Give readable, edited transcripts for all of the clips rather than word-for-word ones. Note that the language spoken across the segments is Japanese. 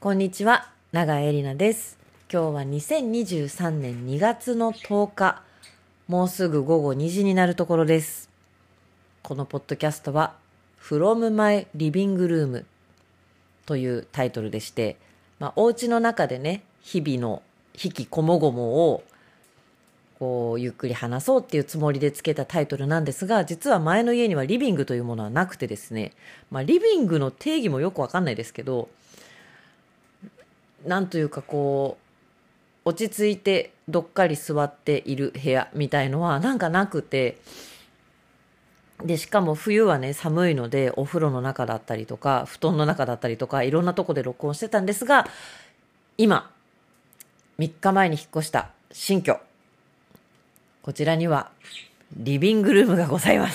こんにちは、永江里奈です。今日は2023年2月の10日、もうすぐ午後2時になるところです。このポッドキャストは From My Living Room というタイトルでして、お家の中でね、日々の引きこもごもをこうゆっくり話そうっていうつもりでつけたタイトルなんですが、実は前の家にはリビングというものはなくてですね、リビングの定義もよくわかんないですけど、なんというかこう落ち着いてどっかり座っている部屋みたいのはなんかなくて、でしかも冬はね寒いのでお風呂の中だったりとか布団の中だったりとかいろんなとこで録音してたんですが、今3日前に引っ越した新居、こちらにはリビングルームがございます。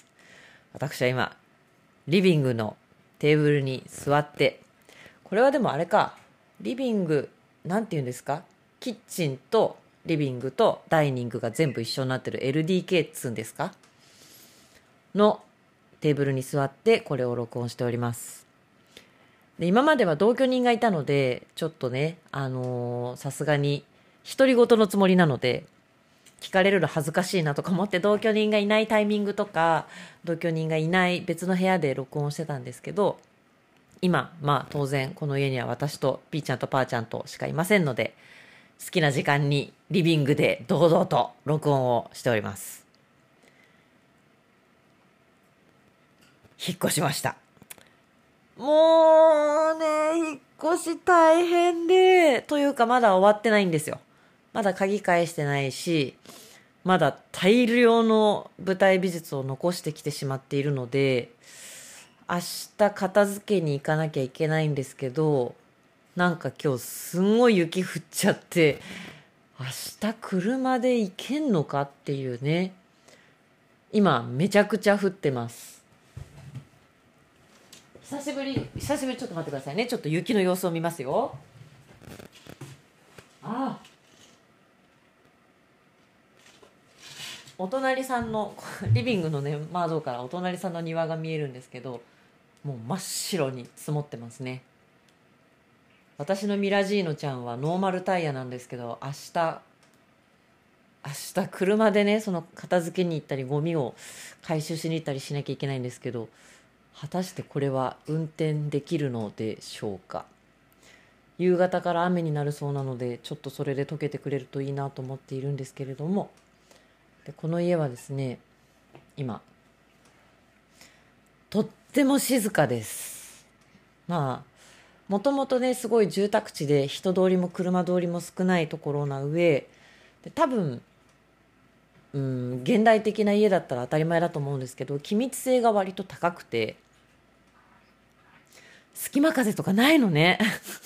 私は今リビングのテーブルに座って、これはでもあれか、リビングなんて言うんですか、キッチンとリビングとダイニングが全部一緒になってる LDK っつうんですかのテーブルに座ってこれを録音しております。で、今までは同居人がいたのでちょっとねさすがに独り言のつもりなので聞かれるの恥ずかしいなとか思って、同居人がいないタイミングとか同居人がいない別の部屋で録音してたんですけど、今当然この家には私とピーちゃんとパーちゃんとしかいませんので、好きな時間にリビングで堂々と録音をしております。引っ越しました。もうね、引っ越し大変で、というかまだ終わってないんですよ。まだ鍵返してないし、まだ大量の舞台美術を残してきてしまっているので、明日片付けに行かなきゃいけないんですけど、なんか今日すんごい雪降っちゃって、明日車で行けんのかっていうね。今めちゃくちゃ降ってます。久しぶりちょっと待ってくださいね。ちょっと雪の様子を見ますよ。ああ、お隣さんのリビングのね窓からお隣さんの庭が見えるんですけど、もう真っ白に積もってますね。私のミラジーノちゃんはノーマルタイヤなんですけど、明日車でねその片付けに行ったりゴミを回収しに行ったりしなきゃいけないんですけど、果たしてこれは運転できるのでしょうか。夕方から雨になるそうなので、ちょっとそれで溶けてくれるといいなと思っているんですけれども、でこの家はですね、今とっても静かです。もともとねすごい住宅地で人通りも車通りも少ないところな上で、多分現代的な家だったら当たり前だと思うんですけど、気密性が割と高くて隙間風とかないのね。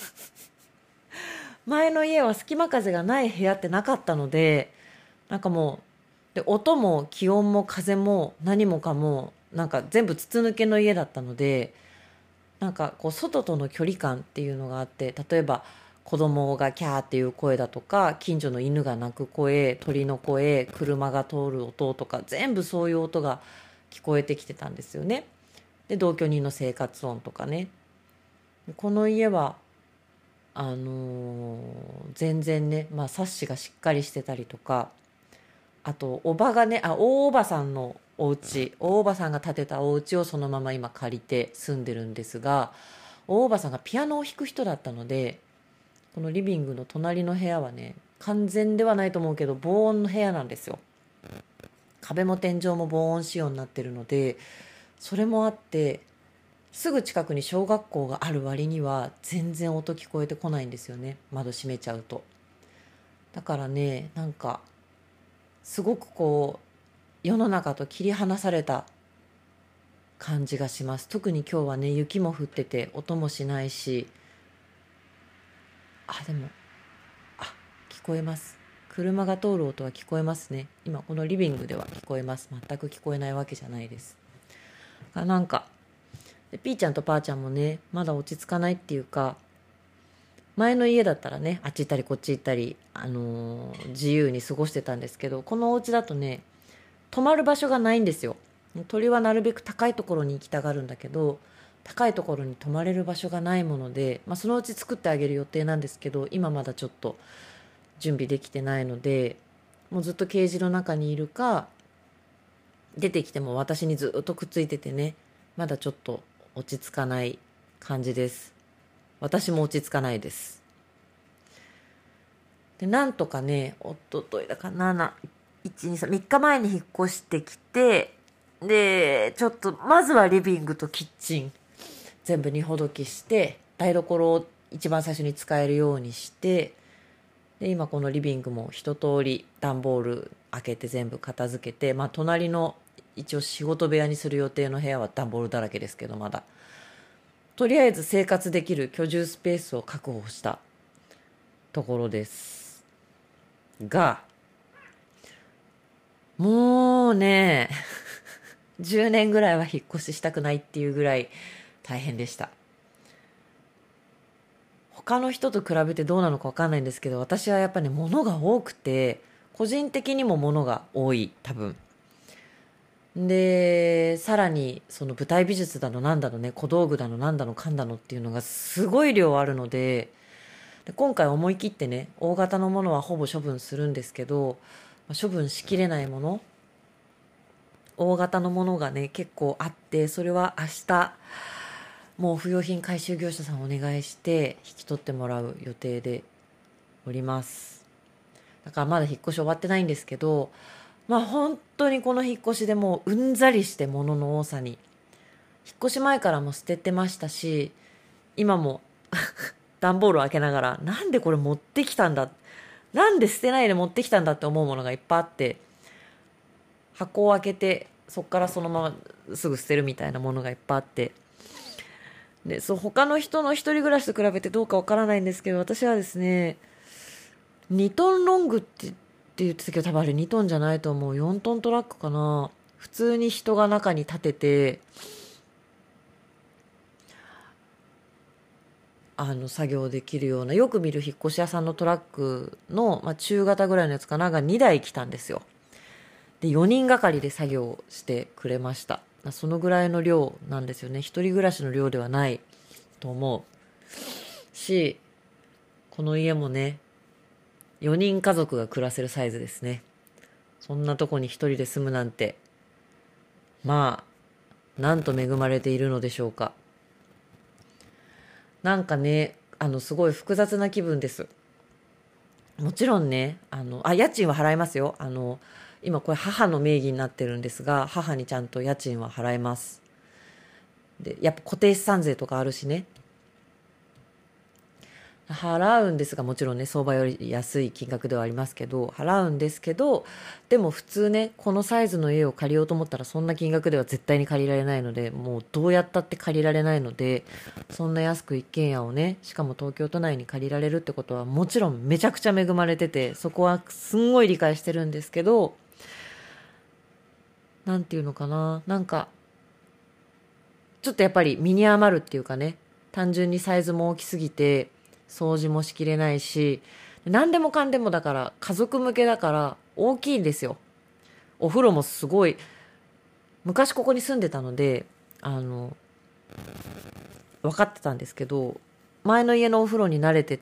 前の家は隙間風がない部屋ってなかったので、なんかもうで音も気温も風も何もかもなんか全部筒抜けの家だったので、なんかこう外との距離感っていうのがあって、例えば子供がキャーっていう声だとか、近所の犬が鳴く声、鳥の声、車が通る音とか、全部そういう音が聞こえてきてたんですよね。で同居人の生活音とかね。この家は全然ね、サッシがしっかりしてたりとか、あとおばがね、大おばさんのお家、大おばさんが建てたお家をそのまま今借りて住んでるんですが、大おばさんがピアノを弾く人だったので、このリビングの隣の部屋はね、完全ではないと思うけど防音の部屋なんですよ。壁も天井も防音仕様になってるので、それもあってすぐ近くに小学校がある割には全然音聞こえてこないんですよね、窓閉めちゃうと。だからね、なんかすごくこう世の中と切り離された感じがします。特に今日はね雪も降ってて音もしないし、でも聞こえます。車が通る音は聞こえますね。今このリビングでは聞こえます。全く聞こえないわけじゃないです。なんかでピーちゃんとパーちゃんもねまだ落ち着かないっていうか、前の家だったらねあっち行ったりこっち行ったり、自由に過ごしてたんですけど、このお家だとね泊まる場所がないんですよ。鳥はなるべく高いところに行きたがるんだけど、 高いところに泊まれる場所がないもので、そのうち作ってあげる予定なんですけど、今まだちょっと準備できてないので、もうずっとケージの中にいるか、出てきても私にずっとくっついててね、まだちょっと落ち着かない感じです。私も落ち着かないです。で、なんとかね、おとといだから1、2、3日前に引っ越してきて、で、ちょっと、まずはリビングとキッチン、全部荷ほどきして、台所を一番最初に使えるようにして、で、今このリビングも一通り段ボール開けて全部片付けて、隣の一応仕事部屋にする予定の部屋は段ボールだらけですけど、まだ。とりあえず生活できる居住スペースを確保したところです。が、もうね、10年ぐらいは引っ越ししたくないっていうぐらい大変でした。他の人と比べてどうなのかわかんないんですけど、私はやっぱね、物が多くて、個人的にも物が多い、多分。で、さらに、その舞台美術だのなんだのね、小道具だのなんだのかんだのっていうのがすごい量あるので、今回思い切ってね、大型のものはほぼ処分するんですけど、処分しきれないもの、大型のものがね、結構あって、それは明日、もう不用品回収業者さんお願いして引き取ってもらう予定でおります。だからまだ引っ越し終わってないんですけど、本当にこの引っ越しでもううんざりして物の多さに。引っ越し前からも捨ててましたし、今も段ボールを開けながら、なんでこれ持ってきたんだ、なんで捨てないで持ってきたんだって思うものがいっぱいあって、箱を開けてそこからそのまますぐ捨てるみたいなものがいっぱいあって、で、他の人の一人暮らしと比べてどうかわからないんですけど、私はですね、2トンロングって言ってたけど、多分あれ2トンじゃないと思う。4トントラックかな。普通に人が中に立てて、作業できるような、よく見る引っ越し屋さんのトラックの、中型ぐらいのやつかなが2台来たんですよ。で、4人がかりで作業してくれました。そのぐらいの量なんですよね。一人暮らしの量ではないと思うし、この家もね、4人家族が暮らせるサイズですね。そんなとこに一人で住むなんて、なんと恵まれているのでしょうか。なんかね、すごい複雑な気分です。もちろんね、家賃は払いますよ。今これ母の名義になってるんですが、母にちゃんと家賃は払います。で、やっぱ固定資産税とかあるしね。払うんですが、もちろんね、相場より安い金額ではありますけど、払うんですけど、でも普通ね、このサイズの家を借りようと思ったらそんな金額では絶対に借りられないので、もうどうやったって借りられないので、そんな安く一軒家をね、しかも東京都内に借りられるってことはもちろんめちゃくちゃ恵まれてて、そこはすんごい理解してるんですけど、なんていうのかな、なんか、ちょっとやっぱり身に余るっていうかね、単純にサイズも大きすぎて、掃除もしきれないし、何でもかんでもだから家族向けだから大きいんですよ。お風呂もすごい、昔ここに住んでたので、分かってたんですけど、前の家のお風呂に慣れてって、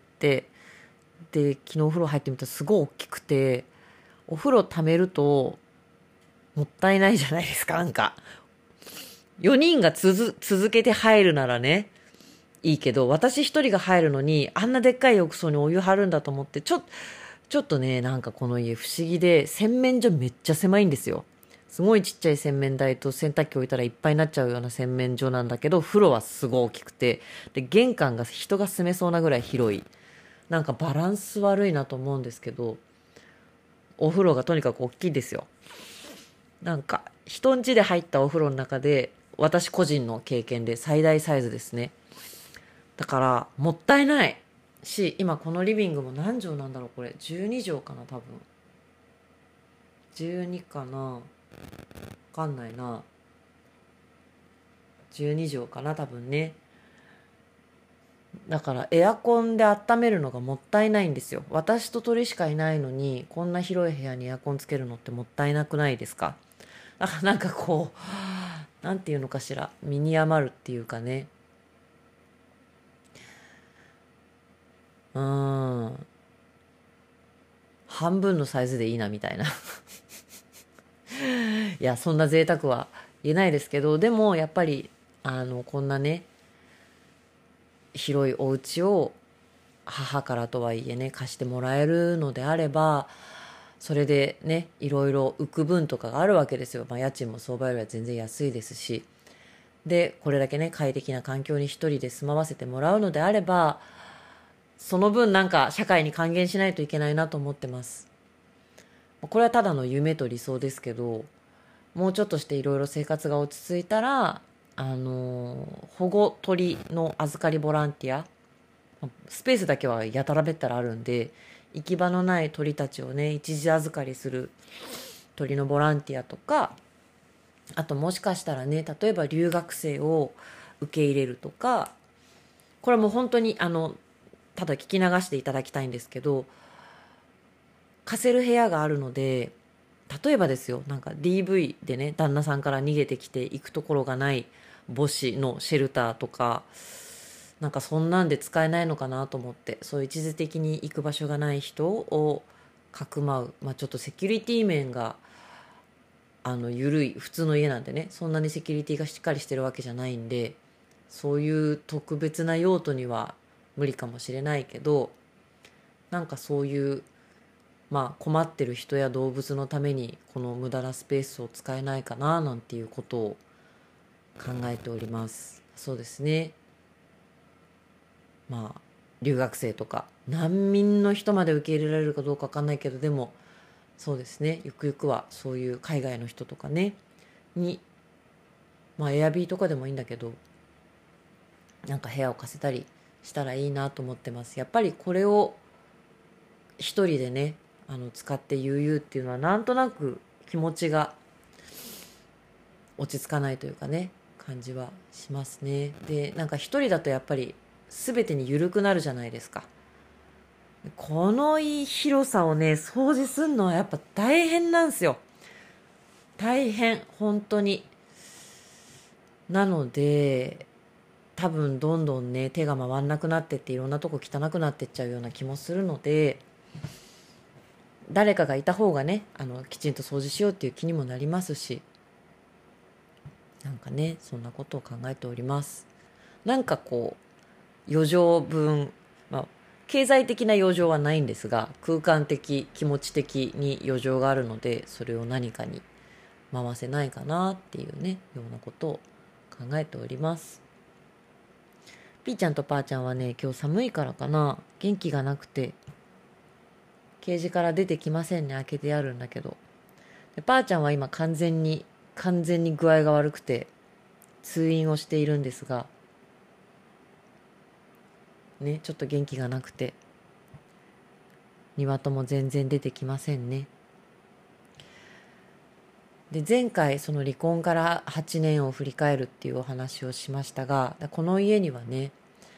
で、昨日お風呂入ってみたらすごい大きくて、お風呂溜めるともったいないじゃないですか、なんか。4人が続けて入るならね、いいけど、私一人が入るのに、あんなでっかい浴槽にお湯張るんだと思って、ちょっとね、なんかこの家不思議で、洗面所めっちゃ狭いんですよ。すごいちっちゃい洗面台と洗濯機置いたらいっぱいになっちゃうような洗面所なんだけど、風呂はすごい大きくて、で、玄関が人が住めそうなぐらい広い。なんかバランス悪いなと思うんですけど、お風呂がとにかく大きいですよ。なんか、人ん家で入ったお風呂の中で、私個人の経験で最大サイズですね。だから、もったいないし、今このリビングも何畳なんだろうこれ。12畳かな多分。12かなわかんないな。12畳かな多分ね。だからエアコンで温めるのがもったいないんですよ。私と鳥しかいないのに、こんな広い部屋にエアコンつけるのってもったいなくないですか？だからなんかこう、なんていうのかしら。身に余るっていうかね。 うん、半分のサイズでいいなみたいな。いや、そんな贅沢は言えないですけど、でもやっぱり、こんなね、広いお家を母からとはいえね、貸してもらえるのであれば、それでね、いろいろ浮く分とかがあるわけですよ。まあ、家賃も相場よりは全然安いですし。で、これだけね、快適な環境に一人で住まわせてもらうのであれば、その分なんか社会に還元しないといけないなと思ってます。これはただの夢と理想ですけど、もうちょっとしていろいろ生活が落ち着いたら、保護鳥の預かりボランティア、スペースだけはやたらべったらあるんで、行き場のない鳥たちをね、一時預かりする鳥のボランティアとか、あともしかしたらね、例えば留学生を受け入れるとか、これはもう本当にただ聞き流していただきたいんですけど、貸せる部屋があるので、例えばですよ、なんか DV でね、旦那さんから逃げてきて行くところがない母子のシェルターとか、なんかそんなんで使えないのかなと思って、そういう一時的に行く場所がない人をかくまう、まあちょっとセキュリティ面が緩い普通の家なんでね、そんなにセキュリティがしっかりしてるわけじゃないんで、そういう特別な用途には無理かもしれないけど、なんかそういうまあ困ってる人や動物のためにこの無駄なスペースを使えないかななんていうことを考えております。そうですね。まあ留学生とか難民の人まで受け入れられるかどうかわかんないけど、でもそうですね、ゆくゆくはそういう海外の人とかねに、まあエアビーとかでもいいんだけど、なんか部屋を貸せたりしたらいいなと思ってます。やっぱりこれを一人でね使って悠々っていうのはなんとなく気持ちが落ち着かないというかね、感じはしますね。でなんか一人だとやっぱり全てに緩くなるじゃないですか。この広さをね掃除するのはやっぱ大変なんですよ。大変本当に。なので多分どんどんね手が回んなくなってっていろんなとこ汚くなってっちゃうような気もするので、誰かがいた方がねきちんと掃除しようっていう気にもなりますし、なんかねそんなことを考えております。なんかこう余剰分、まあ経済的な余剰はないんですが、空間的気持ち的に余剰があるので、それを何かに回せないかなっていうねようなことを考えております。ピーちゃんとパーちゃんはね今日寒いからかな、元気がなくてケージから出てきませんね。開けてあるんだけど、でパーちゃんは今完全に具合が悪くて通院をしているんですがね、ちょっと元気がなくて庭とも全然出てきませんね。で前回その離婚から8年を振り返るっていうお話をしましたが、この家にはね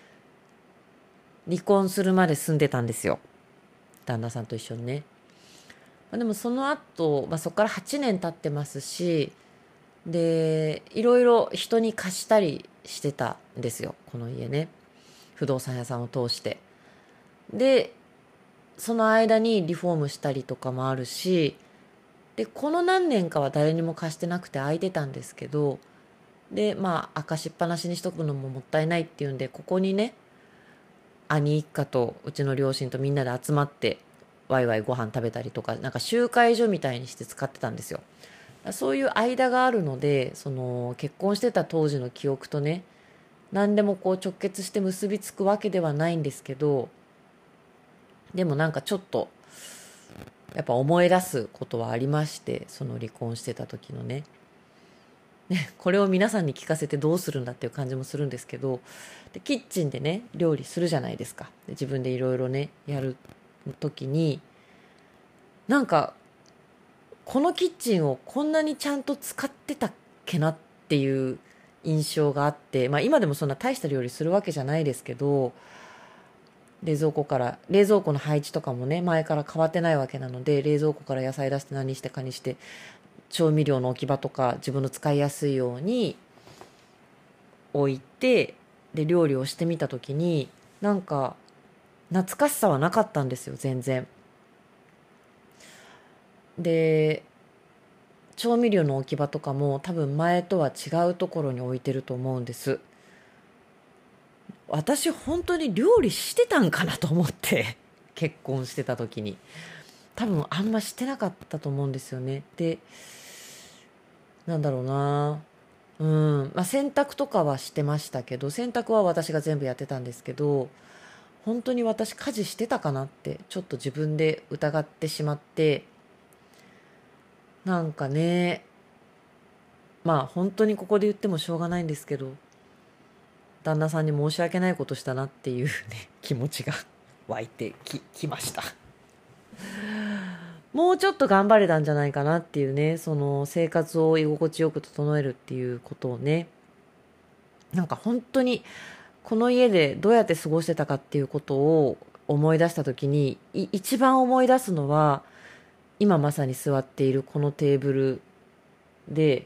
離婚するまで住んでたんですよ、旦那さんと一緒にね。でもその後、そこから8年経ってますし、でいろいろ人に貸したりしてたんですよ、この家ね、不動産屋さんを通して。でその間にリフォームしたりとかもあるし、でこの何年かは誰にも貸してなくて空いてたんですけど、で貸しっぱなしにしとくのももったいないっていうんで、ここにね兄一家とうちの両親とみんなで集まってワイワイご飯食べたりとか、なんか集会所みたいにして使ってたんですよ。そういう間があるので、その結婚してた当時の記憶とね何でもこう直結して結びつくわけではないんですけど、でもなんかちょっとやっぱ思い出すことはありまして、その離婚してた時のね、これを皆さんに聞かせてどうするんだっていう感じもするんですけど、でキッチンでね料理するじゃないですか。で自分でいろいろねやる時に、なんかこのキッチンをこんなにちゃんと使ってたっけなっていう印象があって、今でもそんな大した料理するわけじゃないですけど、冷蔵庫の配置とかもね前から変わってないわけなので、冷蔵庫から野菜出して何してかにして調味料の置き場とか自分の使いやすいように置いて、で料理をしてみた時になんか懐かしさはなかったんですよ、全然。で、調味料の置き場とかも多分前とは違うところに置いてると思うんです。私本当に料理してたんかなと思って結婚してた時に多分あんましてなかったと思うんですよね。で、なんだろうな、まあ、洗濯とかはしてましたけど、洗濯は私が全部やってたんですけど、本当に私家事してたかなってちょっと自分で疑ってしまって、なんかね、まあ本当にここで言ってもしょうがないんですけど、旦那さんに申し訳ないことしたなっていうね、気持ちが湧いてきました。もうちょっと頑張れたんじゃないかなっていうね、その生活を居心地よく整えるっていうことをね、なんか本当にこの家でどうやって過ごしてたかっていうことを思い出した時に、一番思い出すのは、今まさに座っているこのテーブルで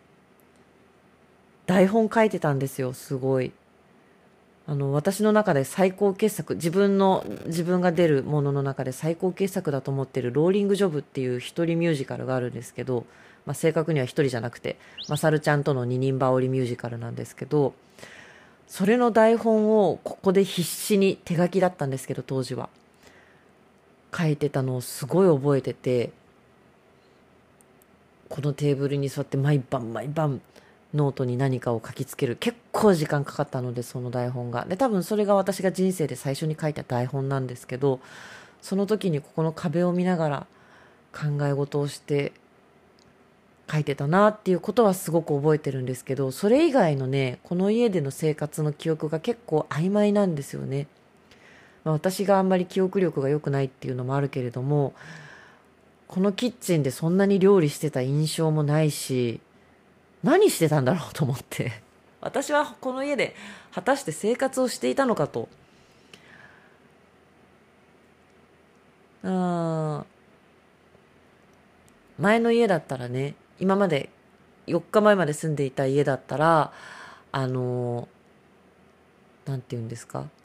台本書いてたんですよ、すごい。私の中で最高傑作、自分が出るものの中で最高傑作だと思ってるローリングジョブっていう一人ミュージカルがあるんですけど、まあ、正確には一人じゃなくて、まさるちゃんとの二人羽織ミュージカルなんですけど、それの台本をここで必死に手書きだったんですけど、当時は。書いてたのをすごい覚えてて、このテーブルに座って毎晩毎晩ノートに何かを書きつける。結構時間かかったので、その台本が。で、多分それが私が人生で最初に書いた台本なんですけど、その時にここの壁を見ながら考え事をして書いてたなっていうことはすごく覚えてるんですけど、それ以外のね、この家での生活の記憶が結構曖昧なんですよね。まあ、私があんまり記憶力が良くないっていうのもあるけれども、このキッチンでそんなに料理してた印象もないし、何してたんだろうと思って。私はこの家で果たして生活をしていたのかと。あ前の家だったらね、今まで4日前まで住んでいた家だったら、あの、なんて言うんですか。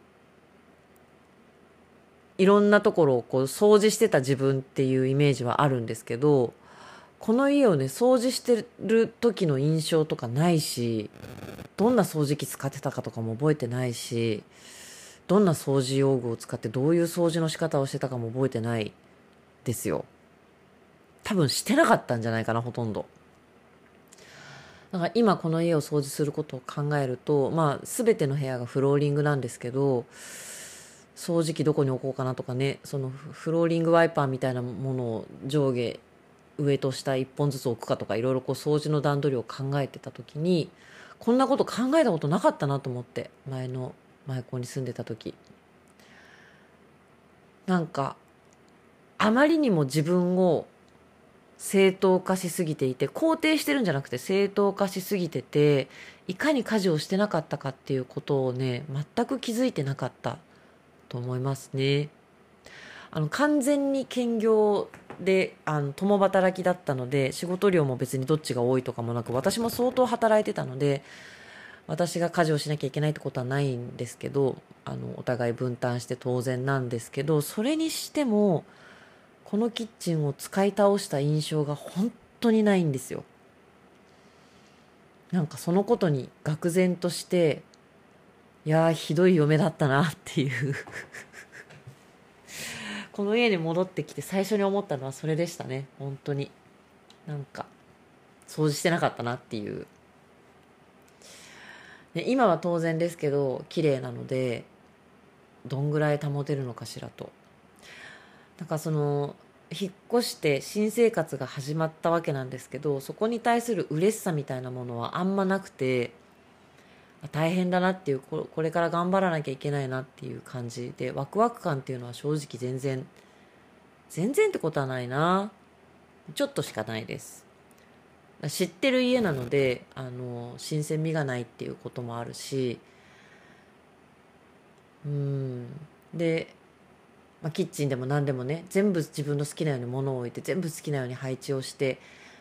いろんなところをこう掃除してた自分っていうイメージはあるんですけど、この家をね、掃除してる時の印象とかないし、どんな掃除機使ってたかとかも覚えてないし、どんな掃除用具を使ってどういう掃除の仕方をしてたかも覚えてないですよ。多分してなかったんじゃないかな、ほとんど。だから今この家を掃除することを考えると、まあ全ての部屋がフローリングなんですけど、掃除機どこに置こうかなとかね、そのフローリングワイパーみたいなものを上下上と下一本ずつ置くかとか、いろいろこう掃除の段取りを考えてた時に、こんなこと考えたことなかったなと思って、前校に住んでた時、なんかあまりにも自分を正当化しすぎていて、肯定してるんじゃなくて正当化しすぎてて、いかに家事をしてなかったかっていうことをね、全く気づいてなかったと思いますね。完全に兼業で共働きだったので、仕事量も別にどっちが多いとかもなく、私も相当働いてたので、私が家事をしなきゃいけないってことはないんですけど、お互い分担して当然なんですけど、それにしてもこのキッチンを使い倒した印象が本当にないんですよ。なんかそのことに愕然として、いやーひどい嫁だったなっていうこの家に戻ってきて最初に思ったのはそれでしたね。本当になんか掃除してなかったなっていう、ね、今は当然ですけど綺麗なので、どんぐらい保てるのかしらと。なんかその引っ越して新生活が始まったわけなんですけど、そこに対する嬉しさみたいなものはあんまなくて、大変だなっていう、これから頑張らなきゃいけないなっていう感じで、ワクワク感っていうのは正直全然ってことはないな。ちょっとしかないです。知ってる家なので、新鮮味がないっていうこともあるし、うん。で、まあ、キッチンでも何でもね、全部自分の好きなように物を置いて、全部好きなように配置をして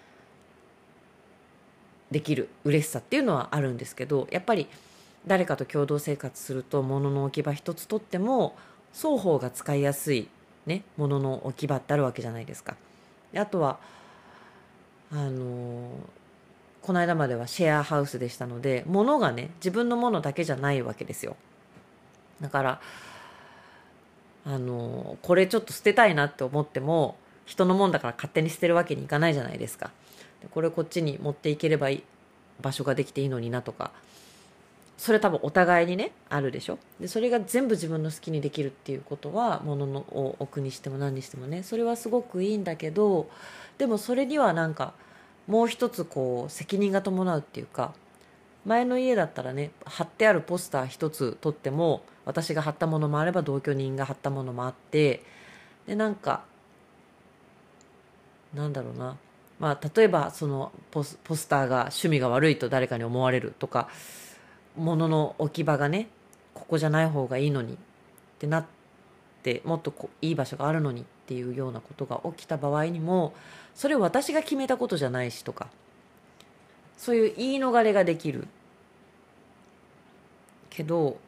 できる嬉しさっていうのはあるんですけど、やっぱり誰かと共同生活すると物の置き場一つとっても双方が使いやすいね、ものの置き場ってあるわけじゃないですか。であとはこの間まではシェアハウスでしたので、物がね自分のものだけじゃないわけですよ。だからこれちょっと捨てたいなって思っても、人のもんだから勝手に捨てるわけにいかないじゃないですか。でこれこっちに持っていければいい場所ができていいのになとか、それ多分お互いにねあるでしょ。でそれが全部自分の好きにできるっていうことは、物のを置くにしても何にしてもね、それはすごくいいんだけど、でもそれにはなんかもう一つこう責任が伴うっていうか、前の家だったらね、貼ってあるポスター一つ取っても、私が貼ったものもあれば同居人が貼ったものもあって、でなんかなんだろうな、まあ例えばそのポスターが趣味が悪いと誰かに思われるとか、物の置き場がねここじゃない方がいいのにってなって、もっといい場所があるのにっていうようなことが起きた場合にも、それ私が決めたことじゃないしとか、そういう言い逃れができるけど、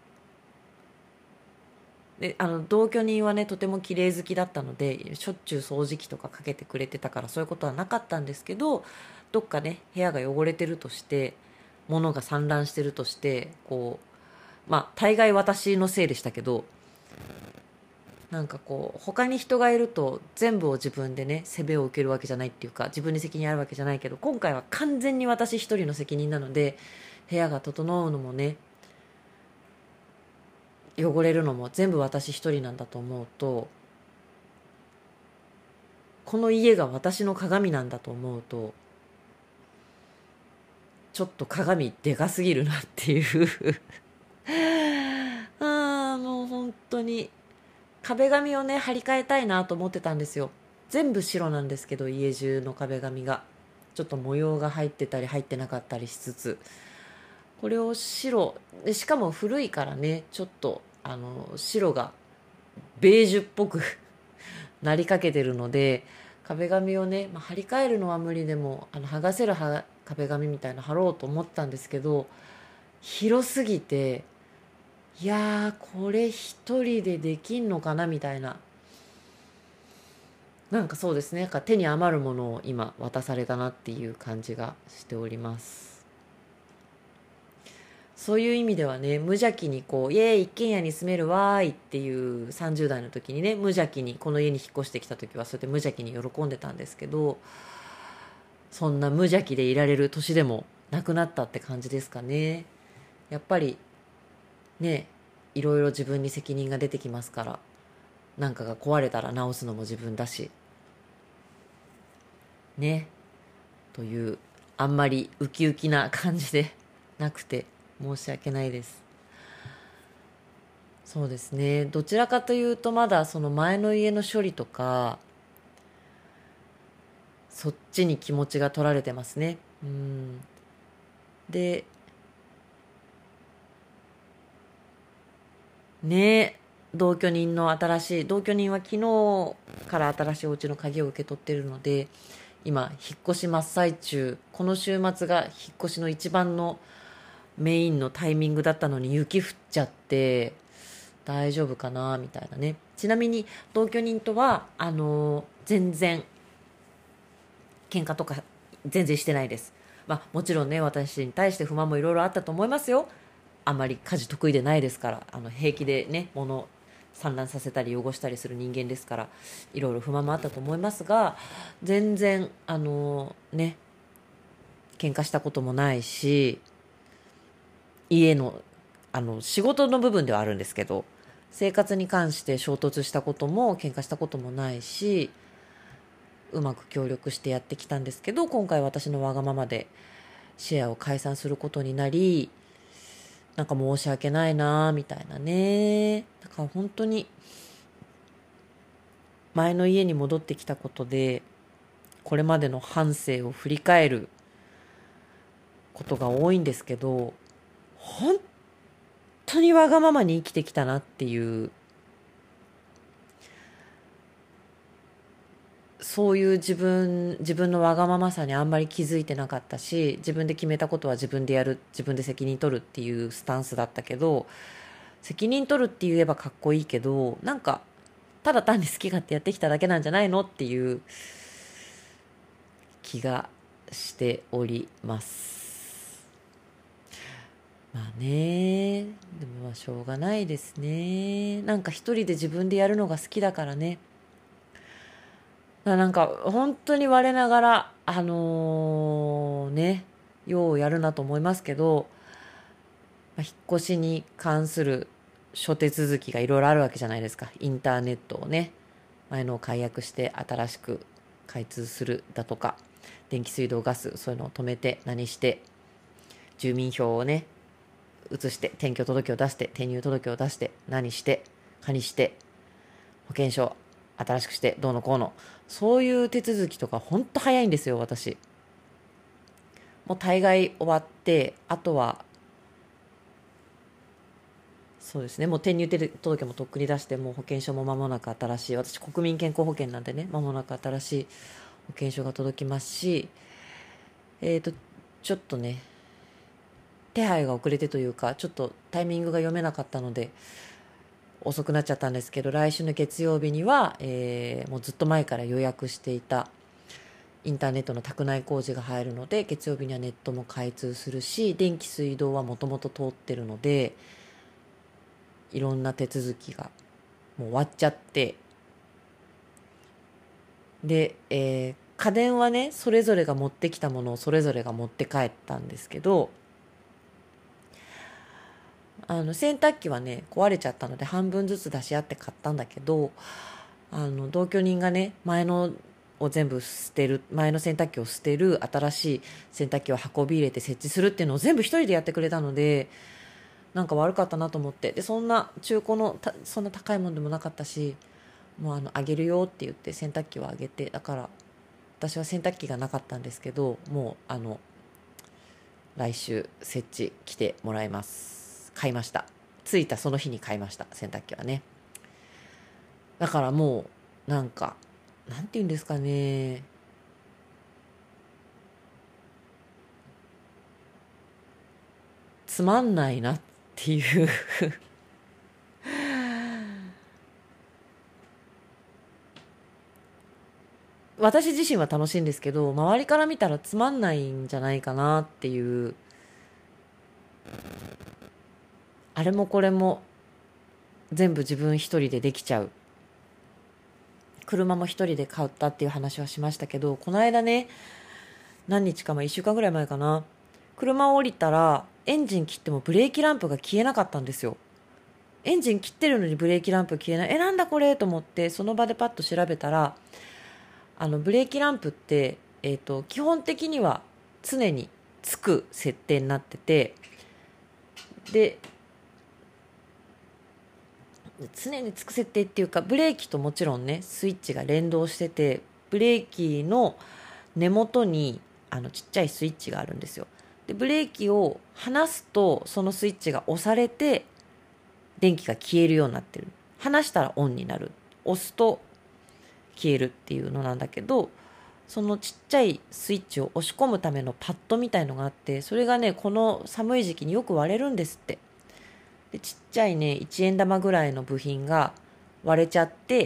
で同居人はねとても綺麗好きだったので、しょっちゅう掃除機とかかけてくれてたからそういうことはなかったんですけど、どっかね部屋が汚れてるとして、物が散乱してるとして、こうまあ大概私のせいでしたけど、なんかこう他に人がいると全部を自分でね責めを受けるわけじゃないっていうか、自分に責任あるわけじゃないけど、今回は完全に私一人の責任なので、部屋が整うのもね汚れるのも全部私一人なんだと思うと、この家が私の鏡なんだと思うと、ちょっと鏡でかすぎるなっていうもう本当に壁紙をね張り替えたいなと思ってたんですよ。全部白なんですけど、家中の壁紙がちょっと模様が入ってたり入ってなかったりしつつ、これを白で、しかも古いからね、ちょっと白がベージュっぽくなりかけてるので、壁紙をね、張り替えるのは無理でも剥がせる壁紙みたいなの貼ろうと思ったんですけど、広すぎて、いやーこれ一人でできんのかなみたいな、なんかそうですね、なんか手に余るものを今渡されたなっていう感じがしております。そういう意味ではね、無邪気にこうイエーイ一軒家に住めるわーいっていう30代の時にね、無邪気にこの家に引っ越してきた時はそうやって無邪気に喜んでたんですけど、そんな無邪気でいられる年でもなくなったって感じですかね。やっぱりね、いろいろ自分に責任が出てきますから、なんかが壊れたら直すのも自分だしね、という、あんまりウキウキな感じでなくて申し訳ないです。そうですね、どちらかというとまだその前の家の処理とか、そっちに気持ちが取られてますね。でね、同居人は昨日から新しいお家の鍵を受け取ってるので、今引っ越し真っ最中、この週末が引っ越しの一番のメインのタイミングだったのに雪降っちゃって、大丈夫かなみたいなね。ちなみに同居人とは全然喧嘩とか全然してないです。もちろんね、私に対して不満もいろいろあったと思いますよ。あまり家事得意でないですから、平気でね物散乱させたり汚したりする人間ですから、いろいろ不満もあったと思いますが、全然ね喧嘩したこともないし、家の仕事の部分ではあるんですけど、生活に関して衝突したことも喧嘩したこともないし、うまく協力してやってきたんですけど、今回私のわがままでシェアを解散することになり、なんか申し訳ないなみたいなね。だから本当に前の家に戻ってきたことで、これまでの半生を振り返ることが多いんですけど、本当にわがままに生きてきたなっていう、そういう自分のわがままさにあんまり気づいてなかったし、自分で決めたことは自分でやる、自分で責任取るっていうスタンスだったけど、 責任取るって言えばかっこいいけど、なんかただ単に好き勝手やってきただけなんじゃないのっていう気がしております。まあね、でもまあしょうがないですね。なんか一人で自分でやるのが好きだからね。なんか本当に我ながらね、ようやるなと思いますけど、まあ、引っ越しに関する諸手続きがいろいろあるわけじゃないですか。インターネットをね、前のを解約して新しく開通するだとか、電気水道ガスそういうのを止めて何して、住民票をね移して転居届を出して転入届を出して何してかにして、保険証新しくしてどうのこうの、そういう手続きとかほんと早いんですよ。私もう大概終わって、あとはそうですね、もう転入届もとっくに出して、もう保険証も間もなく新しい、私国民健康保険なんでね、間もなく新しい保険証が届きますし、ちょっとね手配が遅れてというか、ちょっとタイミングが読めなかったので遅くなっちゃったんですけど、来週の月曜日には、もうずっと前から予約していたインターネットの宅内工事が入るので、月曜日にはネットも開通するし、電気水道はもともと通ってるので、いろんな手続きがもう終わっちゃって、で、家電はねそれぞれが持ってきたものをそれぞれが持って帰ったんですけど、洗濯機はね壊れちゃったので半分ずつ出し合って買ったんだけど、同居人がね前のを全部捨てる、前の洗濯機を捨てる、新しい洗濯機を運び入れて設置するっていうのを全部一人でやってくれたので、なんか悪かったなと思って、でそんな中古のそんな高いものでもなかったし、もうあげるよって言って洗濯機をあげて、だから私は洗濯機がなかったんですけど、もう来週設置来てもらいます。買いました。着いたその日に買いました、洗濯機はね。だからもうなんかなんて言うんですかね、つまんないなっていう私自身は楽しいんですけど、周りから見たらつまんないんじゃないかなっていう、あれもこれも全部自分一人でできちゃう。車も一人で買ったっていう話はしましたけど、この間ね、何日か前、1週間ぐらい前かな、車を降りたらエンジン切ってもブレーキランプが消えなかったんですよ。エンジン切ってるのにブレーキランプ消えない、なんだこれと思って、その場でパッと調べたら、ブレーキランプって、基本的には常につく設定になってて、で常につく設定っていうか、ブレーキともちろんねスイッチが連動してて、ブレーキの根元にちっちゃいスイッチがあるんですよ。でブレーキを離すとそのスイッチが押されて電気が消えるようになってる。離したらオンになる、押すと消えるっていうのなんだけど、そのちっちゃいスイッチを押し込むためのパッドみたいのがあって、それがねこの寒い時期によく割れるんですって。でちっちゃいね1円玉ぐらいの部品が割れちゃって、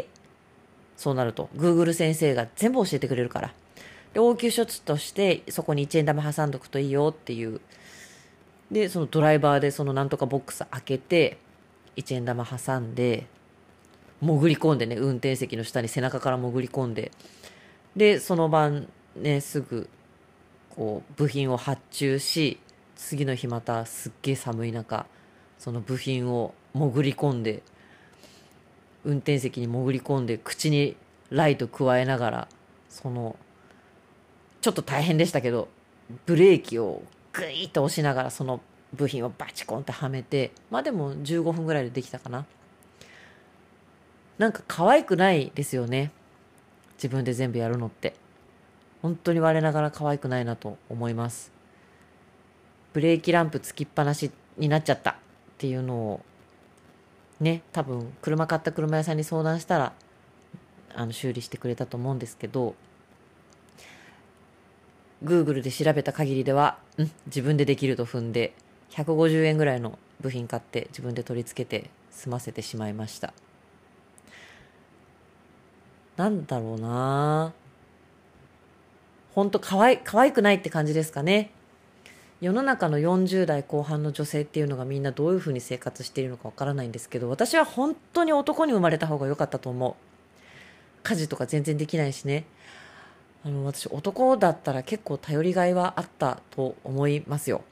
そうなると Google 先生が全部教えてくれるから、で応急処置としてそこに1円玉挟んどくといいよっていう。でそのドライバーでそのなんとかボックス開けて1円玉挟んで潜り込んでね、運転席の下に背中から潜り込んで、でその晩ねすぐこう部品を発注し、次の日またすっげえ寒い中その部品を潜り込んで、運転席に潜り込んで口にライト加えながら、そのちょっと大変でしたけどブレーキをグイーッと押しながらその部品をバチコンってはめて、まあでも15分ぐらいでできたかな。なんか可愛くないですよね、自分で全部やるのって。本当に我ながら可愛くないなと思います。ブレーキランプつきっぱなしになっちゃったっていうのをね、多分車買った車屋さんに相談したら修理してくれたと思うんですけど、 Google で調べた限りでは、自分でできると踏んで150円ぐらいの部品買って自分で取り付けて済ませてしまいました。なんだろうな、本当可愛くないって感じですかね。世の中の40代後半の女性っていうのがみんなどういうふうに生活しているのかわからないんですけど、私は本当に男に生まれた方が良かったと思う。家事とか全然できないしね。私男だったら結構頼りがいはあったと思いますよ。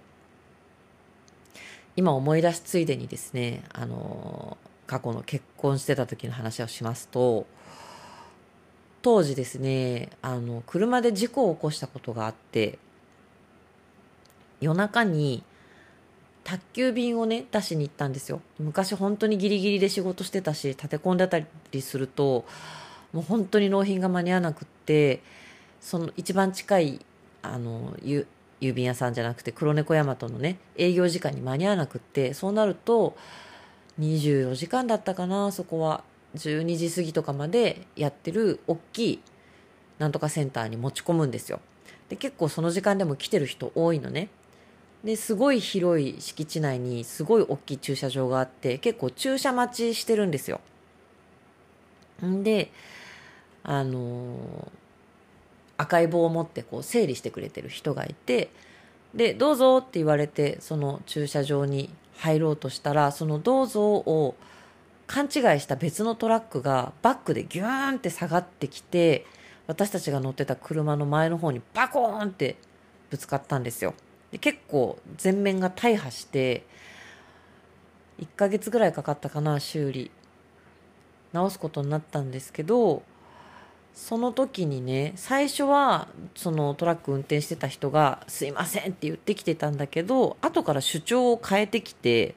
今思い出しついでにですね、過去の結婚してた時の話をしますと、当時ですね、車で事故を起こしたことがあって、夜中に宅急便をね、出しに行ったんですよ。昔本当にギリギリで仕事してたし、立て込んでたりすると、もう本当に納品が間に合わなくって、その一番近い、郵便屋さんじゃなくて黒猫大和のね、営業時間に間に合わなくって、そうなると、24時間だったかな、そこは。12時過ぎとかまでやってる大きいなんとかセンターに持ち込むんですよ。で、結構その時間でも来てる人多いのね。で、すごい広い敷地内にすごい大きい駐車場があって、結構駐車待ちしてるんですよ。んで、あのー赤い棒を持ってこう整理してくれてる人がいて、で、どうぞって言われて、その駐車場に入ろうとしたら、そのどうぞを勘違いした別のトラックがバックでギューンって下がってきて、私たちが乗ってた車の前の方にバコーンってぶつかったんですよ。で、結構前面が大破して、1ヶ月ぐらいかかったかな、修理。直すことになったんですけど、その時にね、最初はそのトラック運転してた人がすいませんって言ってきてたんだけど、後から主張を変えてきて、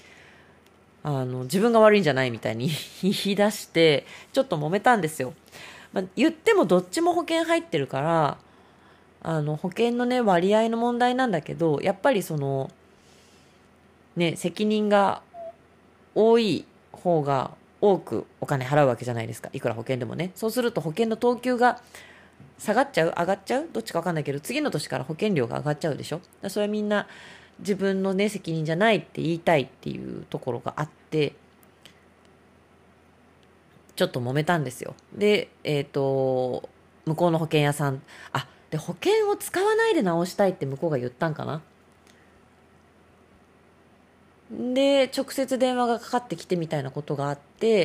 自分が悪いんじゃないみたいに言い出して、ちょっと揉めたんですよ。まあ、言ってもどっちも保険入ってるから、保険のね、割合の問題なんだけど、やっぱりその、ね、責任が多い方が多くお金払うわけじゃないですか。いくら保険でもね。そうすると保険の等級が下がっちゃう上がっちゃうどっちかわかんないけど、次の年から保険料が上がっちゃうでしょ。それはみんな自分のね、責任じゃないって言いたいっていうところがあって、ちょっと揉めたんですよ。で、向こうの保険屋さん、で、保険を使わないで直したいって向こうが言ったんかな。で、直接電話がかかってきてみたいなことがあって、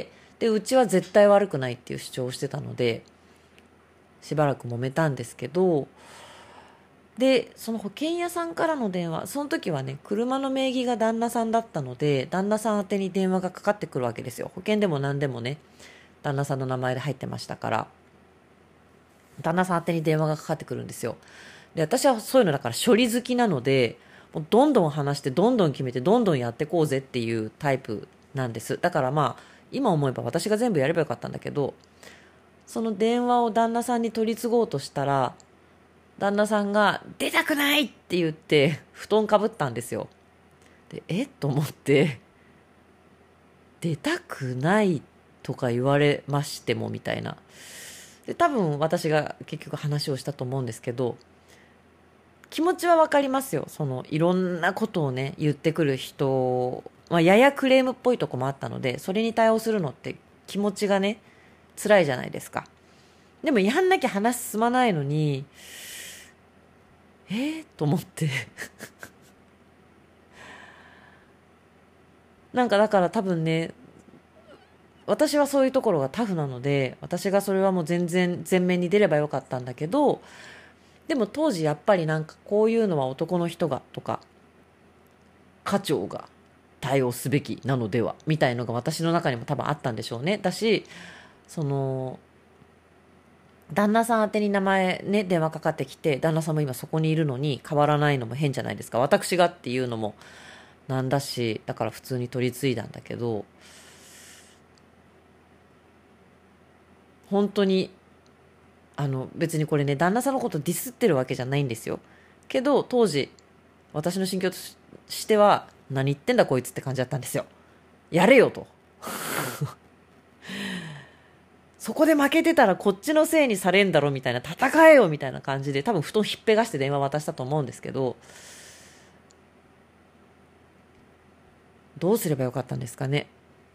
で、うちは絶対悪くないっていう主張をしてたので、しばらく揉めたんですけど、で、その保険屋さんからの電話、その時はね、車の名義が旦那さんだったので、旦那さん宛てに電話がかかってくるわけですよ。保険でも何でもね、旦那さんの名前で入ってましたから、旦那さん宛てに電話がかかってくるんですよ。で、私はそういうのだから処理好きなので、もうどんどん話して、どんどん決めて、どんどんやってこうぜっていうタイプなんです。だからまあ、今思えば私が全部やればよかったんだけど、その電話を旦那さんに取り継ごうとしたら、旦那さんが出たくないって言って布団かぶったんですよ。で、と思って、出たくないとか言われましてもみたいな。で、多分私が結局話をしたと思うんですけど、気持ちはわかりますよ。そのいろんなことをね、言ってくる人、まあ、ややクレームっぽいとこもあったので、それに対応するのって気持ちがね、辛いじゃないですか。でもやんなきゃ話進まないのに、と思ってなんかだから多分ね、私はそういうところがタフなので、私がそれはもう全然前面に出ればよかったんだけど、でも当時やっぱりなんかこういうのは男の人がとか、課長が対応すべきなのではみたいのが私の中にも多分あったんでしょうね。だし、その、旦那さん宛てに名前ね、電話かかってきて、旦那さんも今そこにいるのに変わらないのも変じゃないですか。私がっていうのもなんだし、だから普通に取り継いだんだけど、本当に、別にこれね、旦那さんのことディスってるわけじゃないんですよ。けど、当時、私の心境としては、何言ってんだこいつって感じだったんですよ。やれよと。そこで負けてたらこっちのせいにされんだろみたいな、戦えよみたいな感じで、多分布団ひっぺがして電話渡したと思うんですけど、 どうすればよかったんですかね。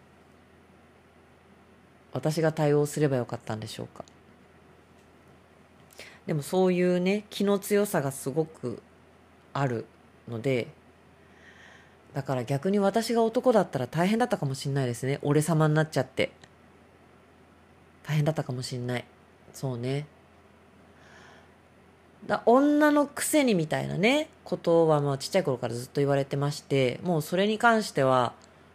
私が対応すればよかったんでしょうか。でもそういうね、気の強さがすごくあるので、だから逆に私が男だったら大変だったかもしれないですね。俺様になっちゃって。大変だったかもしれない。そうね。女のくせにみたいなね、ことはまあちっちゃい頃からずっと言われてまして、もうそれに関しては、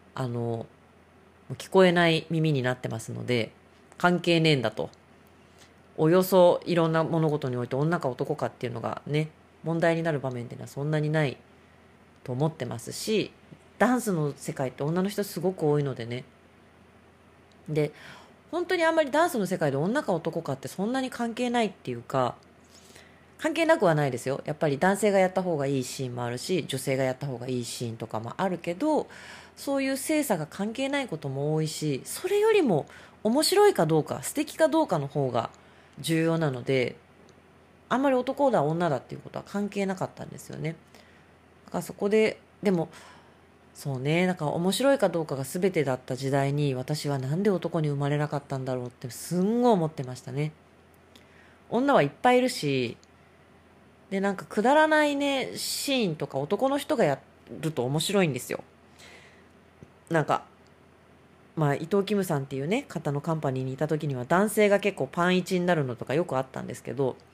聞こえない耳になってますので、関係ねえんだと。およそいろんな物事において女か男かっていうのがね、問題になる場面っていうのはそんなにないと思ってますし、ダンスの世界って女の人すごく多いのでね。で、本当にあんまりダンスの世界で女か男かってそんなに関係ないっていうか、関係なくはないですよ。やっぱり男性がやった方がいいシーンもあるし、女性がやった方がいいシーンとかもあるけど、そういう性差が関係ないことも多いし、それよりも面白いかどうか、素敵かどうかの方が重要なので、あんまり男だ女だっていうことは関係なかったんですよね。だからそこで、でも、そうね、なんか面白いかどうかが全てだった時代に、私はなんで男に生まれなかったんだろうってすんごい思ってましたね。女はいっぱいいるし、で、なんかくだらないね、シーンとか男の人がやると面白いんですよ。なんか、まあ、伊藤キムさんっていうね、方のカンパニーにいた時には男性が結構パンイチになるのとかよくあったんですけど、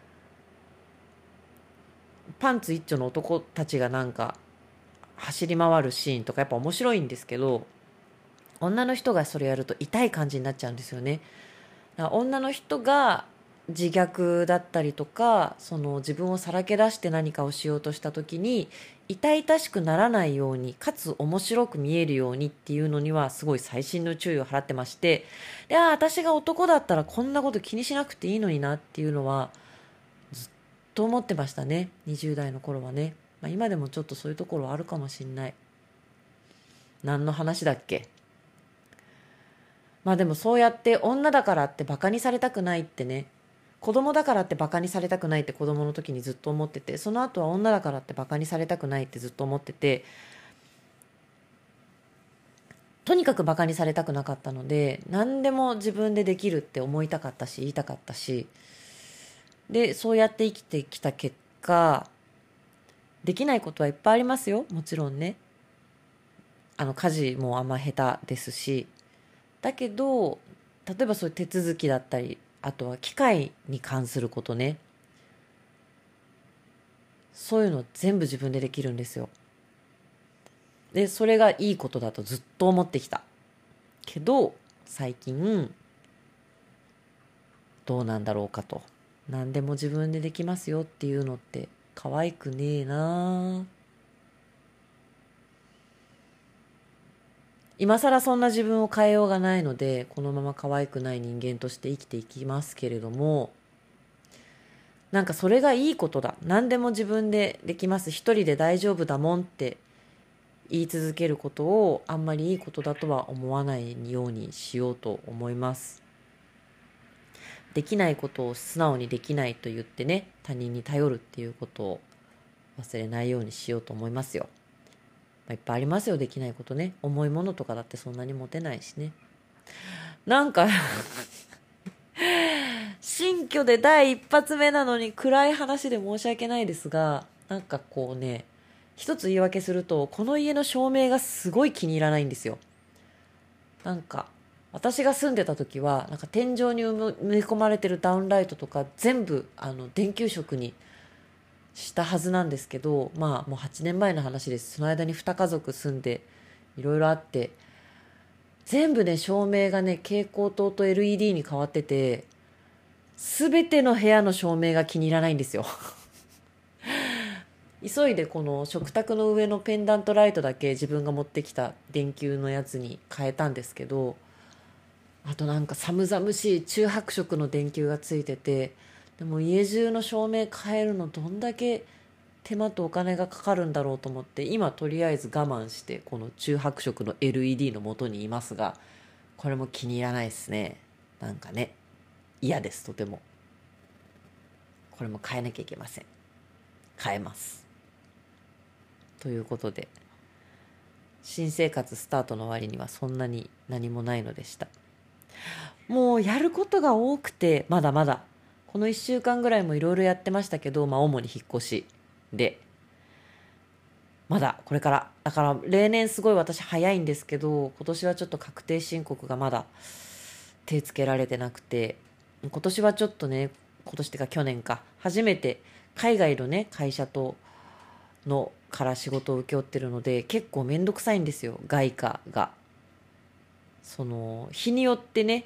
パンツ一丁の男たちがなんか走り回るシーンとかやっぱ面白いんですけど、女の人がそれやると痛い感じになっちゃうんですよね。だから女の人が自虐だったりとか、その自分をさらけ出して何かをしようとした時に痛々しくならないように、かつ面白く見えるようにっていうのにはすごい細心の注意を払ってまして、で、私が男だったらこんなこと気にしなくていいのになっていうのはずっと思ってましたね。20代の頃はね。まあ、今でもちょっとそういうところはあるかもしんない。何の話だっけ。まあでもそうやって女だからってバカにされたくないってね、子供だからってバカにされたくないって子供の時にずっと思ってて、その後は女だからってバカにされたくないってずっと思ってて、とにかくバカにされたくなかったので、何でも自分でできるって思いたかったし、言いたかったし、で、そうやって生きてきた結果、できないことはいっぱいありますよ。もちろんね。家事もあんま下手ですし。だけど、例えばそういう手続きだったり、あとは機械に関することね。そういうの全部自分でできるんですよ。で、それがいいことだとずっと思ってきた。けど、最近、どうなんだろうかと。何でも自分でできますよっていうのって可愛くねえな。今更そんな自分を変えようがないので、このまま可愛くない人間として生きていきますけれども、なんかそれがいいことだ。何でも自分でできます。一人で大丈夫だもんって言い続けることをあんまりいいことだとは思わないようにしようと思います。できないことを素直にできないと言ってね、他人に頼るっていうことを忘れないようにしようと思いますよ。まあ、いっぱいありますよ、できないことね。重いものとかだってそんなに持てないしね。なんか新居で第一発目なのに暗い話で申し訳ないですが、なんかこうね、一つ言い訳すると、この家の照明がすごい気に入らないんですよ。なんか、私が住んでた時は、なんか天井に埋め込まれてるダウンライトとか全部、電球色にしたはずなんですけど、まあもう8年前の話です。その間に2家族住んで、いろいろあって、全部ね、照明がね、蛍光灯と LED に変わってて、すべての部屋の照明が気に入らないんですよ。急いでこの食卓の上のペンダントライトだけ自分が持ってきた電球のやつに変えたんですけど、あとなんか寒々しい中白色の電球がついてて、でも家中の照明変えるのどんだけ手間とお金がかかるんだろうと思って、今とりあえず我慢してこの中白色の LED の元にいますが、これも気に入らないですね。なんかね、嫌です。とても。これも変えなきゃいけません。変えます。ということで、 新生活スタートの割にはそんなに何もないのでした。もうやることが多くて、まだまだこの1週間ぐらいもいろいろやってましたけど、主に引っ越しで、まだこれから。だから例年すごい私早いんですけど、今年はちょっと確定申告がまだ手つけられてなくて、今年はちょっとね、今年ってか去年か、初めて海外のね、会社から仕事を請け負ってるので、結構めんどくさいんですよ、外貨が。その、日によってね、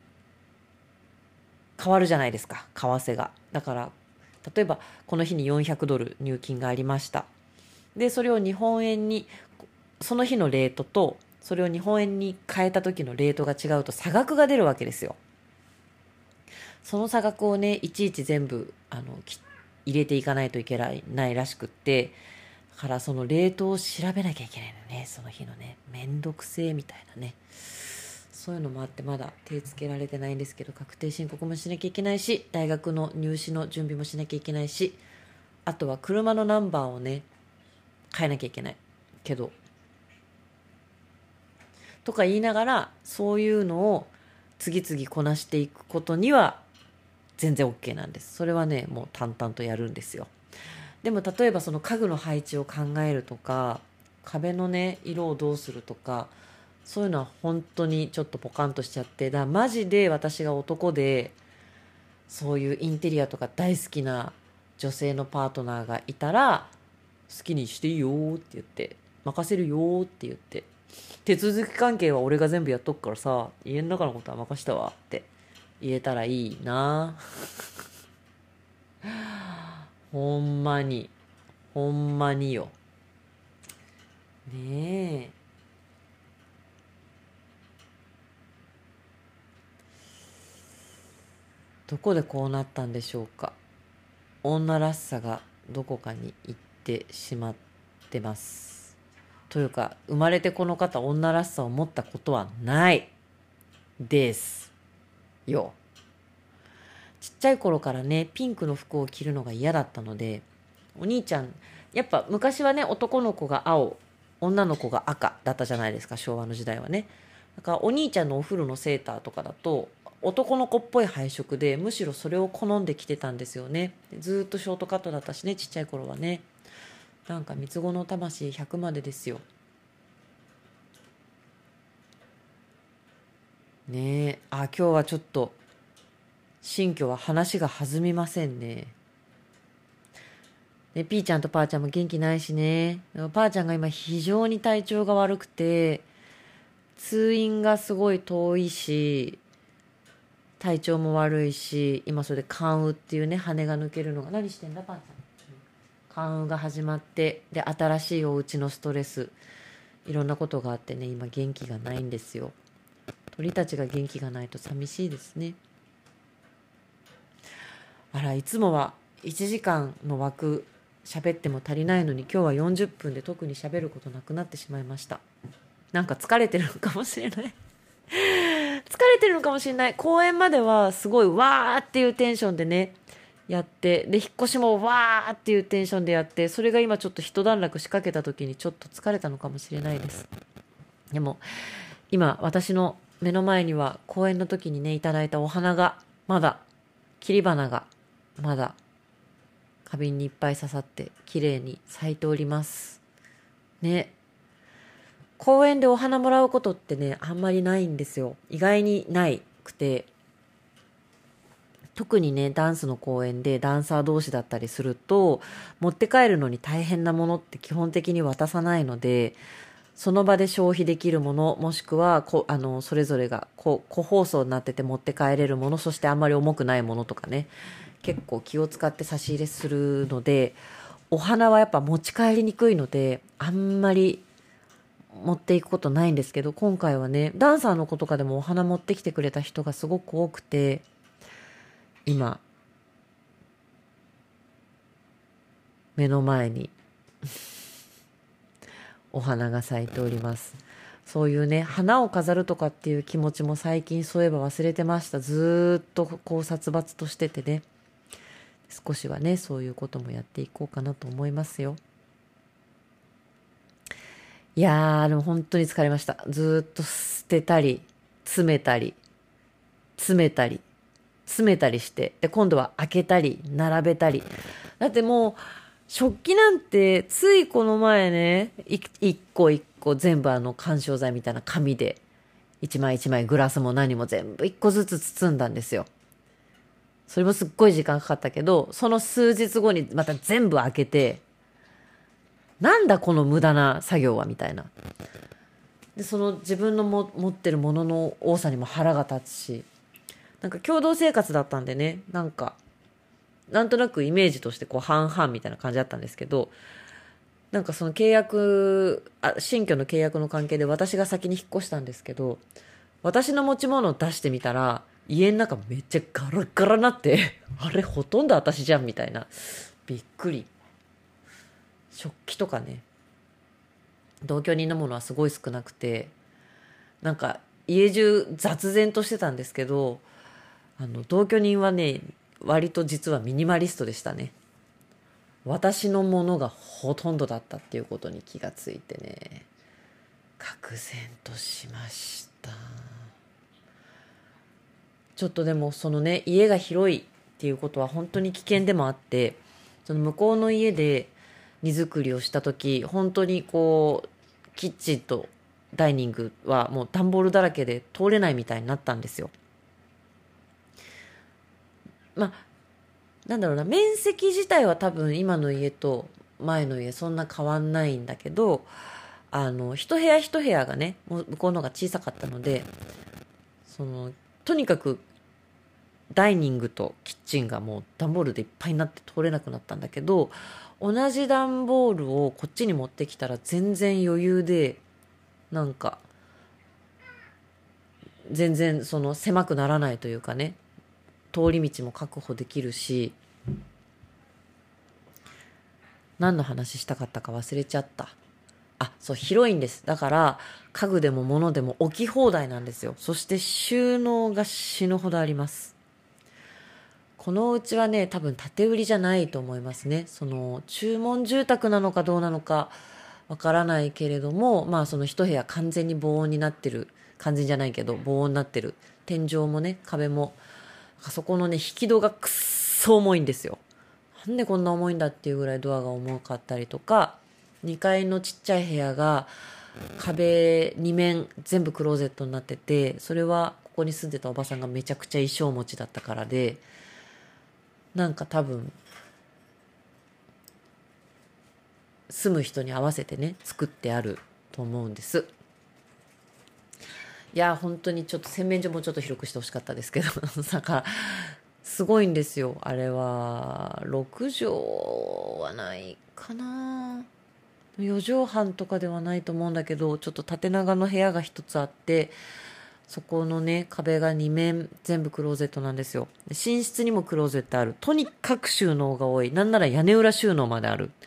変わるじゃないですか、為替が。だから、例えばこの日に$400入金がありました。で、それを日本円に、その日のレートと、それを日本円に変えた時のレートが違うと差額が出るわけですよ。その差額をね、いちいち全部、入れていかないといけないらしくって、だからそのレートを調べなきゃいけないのね、その日のね。めんどくせえみたいなね。そういうのもあってまだ手つけられてないんですけど、確定申告もしなきゃいけないし、大学の入試の準備もしなきゃいけないし、あとは車のナンバーをね、変えなきゃいけないけど、とか言いながら、そういうのを次々こなしていくことには全然 OK なんです。それはね、もう淡々とやるんですよ。でも例えばその家具の配置を考えるとか、壁のね、色をどうするとか、そういうのは本当にちょっとポカンとしちゃって、マジで私が男で、そういうインテリアとか大好きな女性のパートナーがいたら、好きにしていいよって言って、任せるよって言って、手続き関係は俺が全部やっとくからさ、家の中のことは任したわって言えたらいいな。ほんまに、ほんまによ。ねえ。どこでこうなったんでしょうか。女らしさがどこかに行ってしまってます。というか、生まれてこの方、女らしさを持ったことはないですよ。ちっちゃい頃からね、ピンクの服を着るのが嫌だったので、お兄ちゃん、やっぱ昔はね、男の子が青、女の子が赤だったじゃないですか、昭和の時代はね。だからお兄ちゃんのお風呂のセーターとかだと、男の子っぽい配色で、むしろそれを好んで着てたんですよね。ずっとショートカットだったしね、ちっちゃい頃はね。なんか三つ子の魂100までですよ。ねえ、今日はちょっと、新居は話が弾みませんね。で、ピーちゃんとパーちゃんも元気ないしね。パーちゃんが今非常に体調が悪くて、通院がすごい遠いし、体調も悪いし、今それで関羽っていうね、羽が抜けるのが、何してんだパーちゃん。関羽が始まって、で、新しいお家のストレス、いろんなことがあってね、今元気がないんですよ。鳥たちが元気がないと寂しいですね。あら、いつもは1時間の枠喋っても足りないのに、今日は40分で特に喋ることなくなってしまいました。なんか疲れてるのかもしれない。疲れてるのかもしれない。公演まではすごいわーっていうテンションでね、やって、で、引っ越しもわーっていうテンションでやって、それが今ちょっと一段落しかけた時にちょっと疲れたのかもしれないです。でも、今私の目の前には公演の時にね、いただいたお花が、まだ、切り花が、まだ、花瓶にいっぱい刺さって綺麗に咲いております。ね。公園でお花もらうことってね、あんまりないんですよ。意外にないくて、特にね、ダンスの公演でダンサー同士だったりすると、持って帰るのに大変なものって基本的に渡さないので、その場で消費できるもの、もしくはそれぞれが個包装になってて持って帰れるもの、そしてあんまり重くないものとかね、結構気を使って差し入れするので、お花はやっぱ持ち帰りにくいので、あんまり持っていくことないんですけど、今回はね、ダンサーの子とかでもお花持ってきてくれた人がすごく多くて、今、目の前にお花が咲いております。そういうね、花を飾るとかっていう気持ちも最近そういえば忘れてました。ずーっとこう殺伐としててね、少しはね、そういうこともやっていこうかなと思いますよ。 いやー、でも本当に疲れました。ずーっと捨てたり、詰めたり、詰めたり、詰めたりして、で、今度は開けたり、並べたり。だってもう、食器なんて、ついこの前ね、一個一個全部緩衝材みたいな紙で、一枚一枚グラスも何も全部一個ずつ包んだんですよ。それもすっごい時間かかったけど、その数日後にまた全部開けて、なんだこの無駄な作業はみたいな。で、その自分の持ってるものの多さにも腹が立つし、なんか共同生活だったんでね、なんとなくイメージとしてこう半々みたいな感じだったんですけど、なんかその新居の契約の関係で私が先に引っ越したんですけど、私の持ち物を出してみたら、家の中めっちゃガラガラになって、あれほとんど私じゃんみたいな。びっくり。食器とかね、同居人のものはすごい少なくて、なんか家中雑然としてたんですけど、同居人はね、割と実はミニマリストでしたね。私のものがほとんどだったっていうことに気がついてね、愕然としました。ちょっとでもそのね、家が広いっていうことは本当に危険でもあって、その向こうの家で荷造りをした時、本当にこうキッチンとダイニングはもう段ボールだらけで通れないみたいになったんですよ。まあ、なんだろうな、面積自体は多分今の家と前の家そんな変わんないんだけど、一部屋一部屋がね、もう向こうの方が小さかったので、その、とにかくダイニングとキッチンがもう段ボールでいっぱいになって通れなくなったんだけど、同じ段ボールをこっちに持ってきたら全然余裕で、なんか、全然その狭くならないというかね、通り道も確保できるし、何の話したかったか忘れちゃった。あ、そう、広いんです。だから、家具でも物でも置き放題なんですよ。そして収納が死ぬほどあります。このうちはね、多分建て売りじゃないと思いますね。その、注文住宅なのかどうなのかわからないけれども、まあその一部屋完全に防音になってる。完全じゃないけど、防音になってる。天井もね、壁も、そこのね、引き戸がくっそ重いんですよ。なんでこんな重いんだっていうぐらいドアが重かったりとか、2階のちっちゃい部屋が壁2面全部クローゼットになってて、それはここに住んでたおばさんがめちゃくちゃ衣装持ちだったからで、なんか多分住む人に合わせてね作ってあると思うんです。いや本当にちょっと洗面所もちょっと広くしてほしかったですけどだからすごいんですよ。あれは6畳はないかな、4畳半とかではないと思うんだけど、ちょっと縦長の部屋が一つあって、そこのね壁が2面全部クローゼットなんですよ。で寝室にもクローゼットある。とにかく収納が多い。なんなら屋根裏収納まである。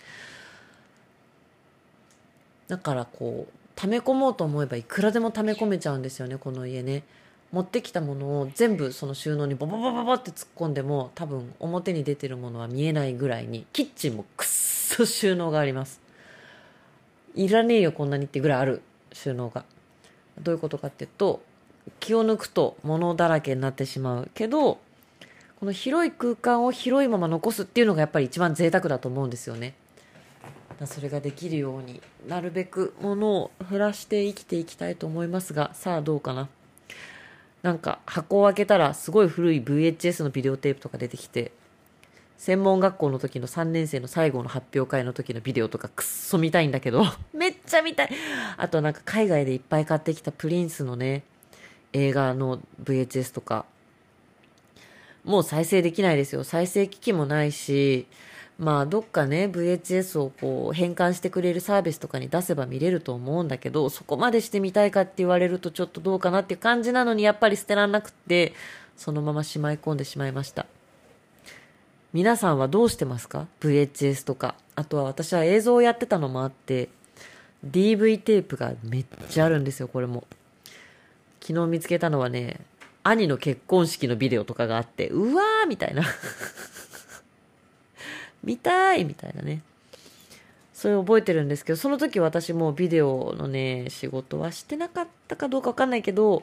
だからこう溜め込もうと思えばいくらでも溜め込めちゃうんですよね、この家ね。持ってきたものを全部その収納にボボボボボって突っ込んでも多分表に出てるものは見えないぐらいに、キッチンもくっそ収納があります。いらねえよこんなにってぐらいある。収納がどういうことかっていうと、気を抜くと物だらけになってしまうけど、この広い空間を広いまま残すっていうのがやっぱり一番贅沢だと思うんですよね。それができるようになるべく物を減らして生きていきたいと思いますが、さあどうかな。なんか箱を開けたらすごい古い VHS のビデオテープとか出てきて、専門学校の時の3年生の最後の発表会の時のビデオとかくっそ見たいんだけどめっちゃ見たい。あとなんか海外でいっぱい買ってきたプリンスのね映画の VHS とかもう再生できないですよ。再生機器もないし、まあどっかね VHS をこう変換してくれるサービスとかに出せば見れると思うんだけど、そこまでしてみたいかって言われるとちょっとどうかなっていう感じなのに、やっぱり捨てらんなくってそのまましまい込んでしまいました。皆さんはどうしてますか？ VHS とか。あとは私は映像をやってたのもあって DV テープがめっちゃあるんですよ。これも昨日見つけたのはね、兄の結婚式のビデオとかがあって、うわーみたいな見たいみたいなね。 それ覚えてるんですけど、その時私もうビデオのね、仕事はしてなかったかどうかわかんないけど、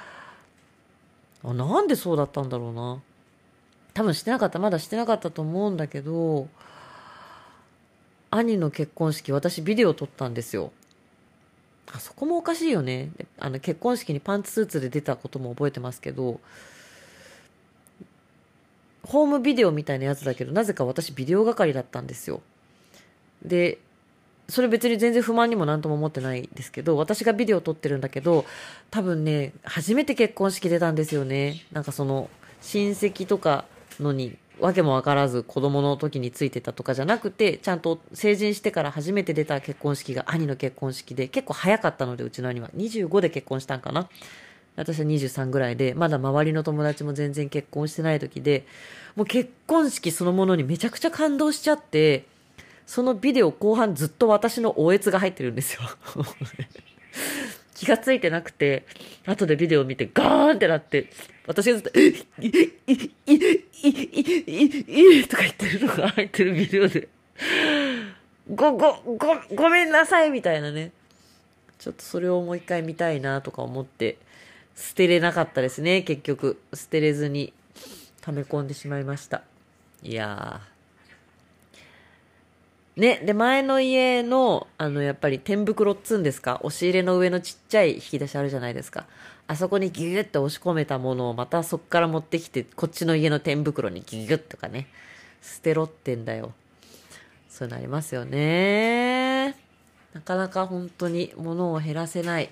なんでそうだったんだろうな。多分してなかった、まだしてなかったと思うんだけど、兄の結婚式、私ビデオ撮ったんですよ。そこもおかしいよね。結婚式にパンツスーツで出たことも覚えてますけど、ホームビデオみたいなやつだけど、なぜか私ビデオ係だったんですよ。で、それ別に全然不満にもなんとも思ってないですけど、私がビデオ撮ってるんだけど、多分ね、初めて結婚式出たんですよね。なんかその、親戚とかのに、わけもわからず子供の時についてたとかじゃなくて、ちゃんと成人してから初めて出た結婚式が兄の結婚式で、結構早かったので、うちの兄は。25で結婚したんかな。私は23ぐらいで、まだ周りの友達も全然結婚してない時で、もう結婚式そのものにめちゃくちゃ感動しちゃって、そのビデオ後半ずっと私のおえつが入ってるんですよ。気がついてなくて、後でビデオ見てガーンってなって、私がずっと、とか言ってるのが入ってるビデオで、ごめんなさいみたいなね。ちょっとそれをもう一回見たいなとか思って、捨てれなかったですね、結局。捨てれずに溜め込んでしまいました。いやね、で、前の家の、やっぱり天袋っつうんですか、押し入れの上のちっちゃい引き出しあるじゃないですか。あそこにギュギュッと押し込めたものをまたそっから持ってきて、こっちの家の天袋にギュギュッとかね、捨てろってんだよ。そういうのありますよね。なかなか本当に物を減らせない。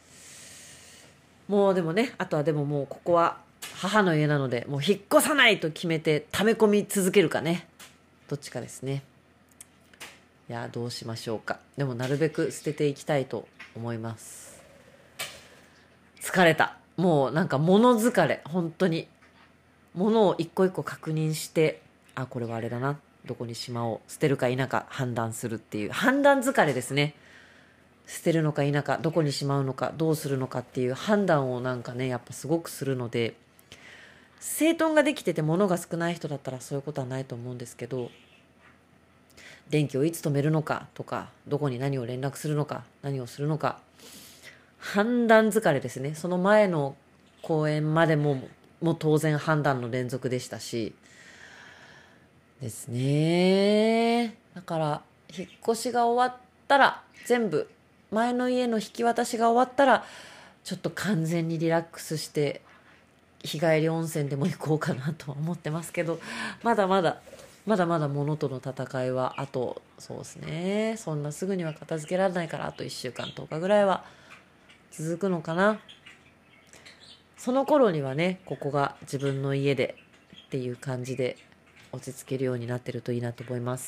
もうでもね、あとはでももうここは母の家なので、もう引っ越さないと決めて溜め込み続けるかね。どっちかですね。いや、どうしましょうか。でもなるべく捨てていきたいと思います。疲れた。もうなんか物疲れ。本当に。物を一個一個確認して、これはあれだな。どこにしまおう。捨てるか否か判断するっていう。判断疲れですね。捨てるのか否か、どこにしまうのか、どうするのかっていう判断をなんかね、やっぱすごくするので、整頓ができてて物が少ない人だったらそういうことはないと思うんですけど、電気をいつ止めるのかとか、どこに何を連絡するのか、何をするのか、判断疲れですね。その前の公演までもう当然判断の連続でしたし、ですね。だから、引っ越しが終わったら、全部、前の家の引き渡しが終わったら、ちょっと完全にリラックスして、日帰り温泉でも行こうかなとは思ってますけど、まだまだ、まだまだ物との戦いは、あと、そうですね。そんなすぐには片付けられないから、あと1週間、10日ぐらいは続くのかな。その頃にはね、ここが自分の家でっていう感じで落ち着けるようになってるといいなと思います。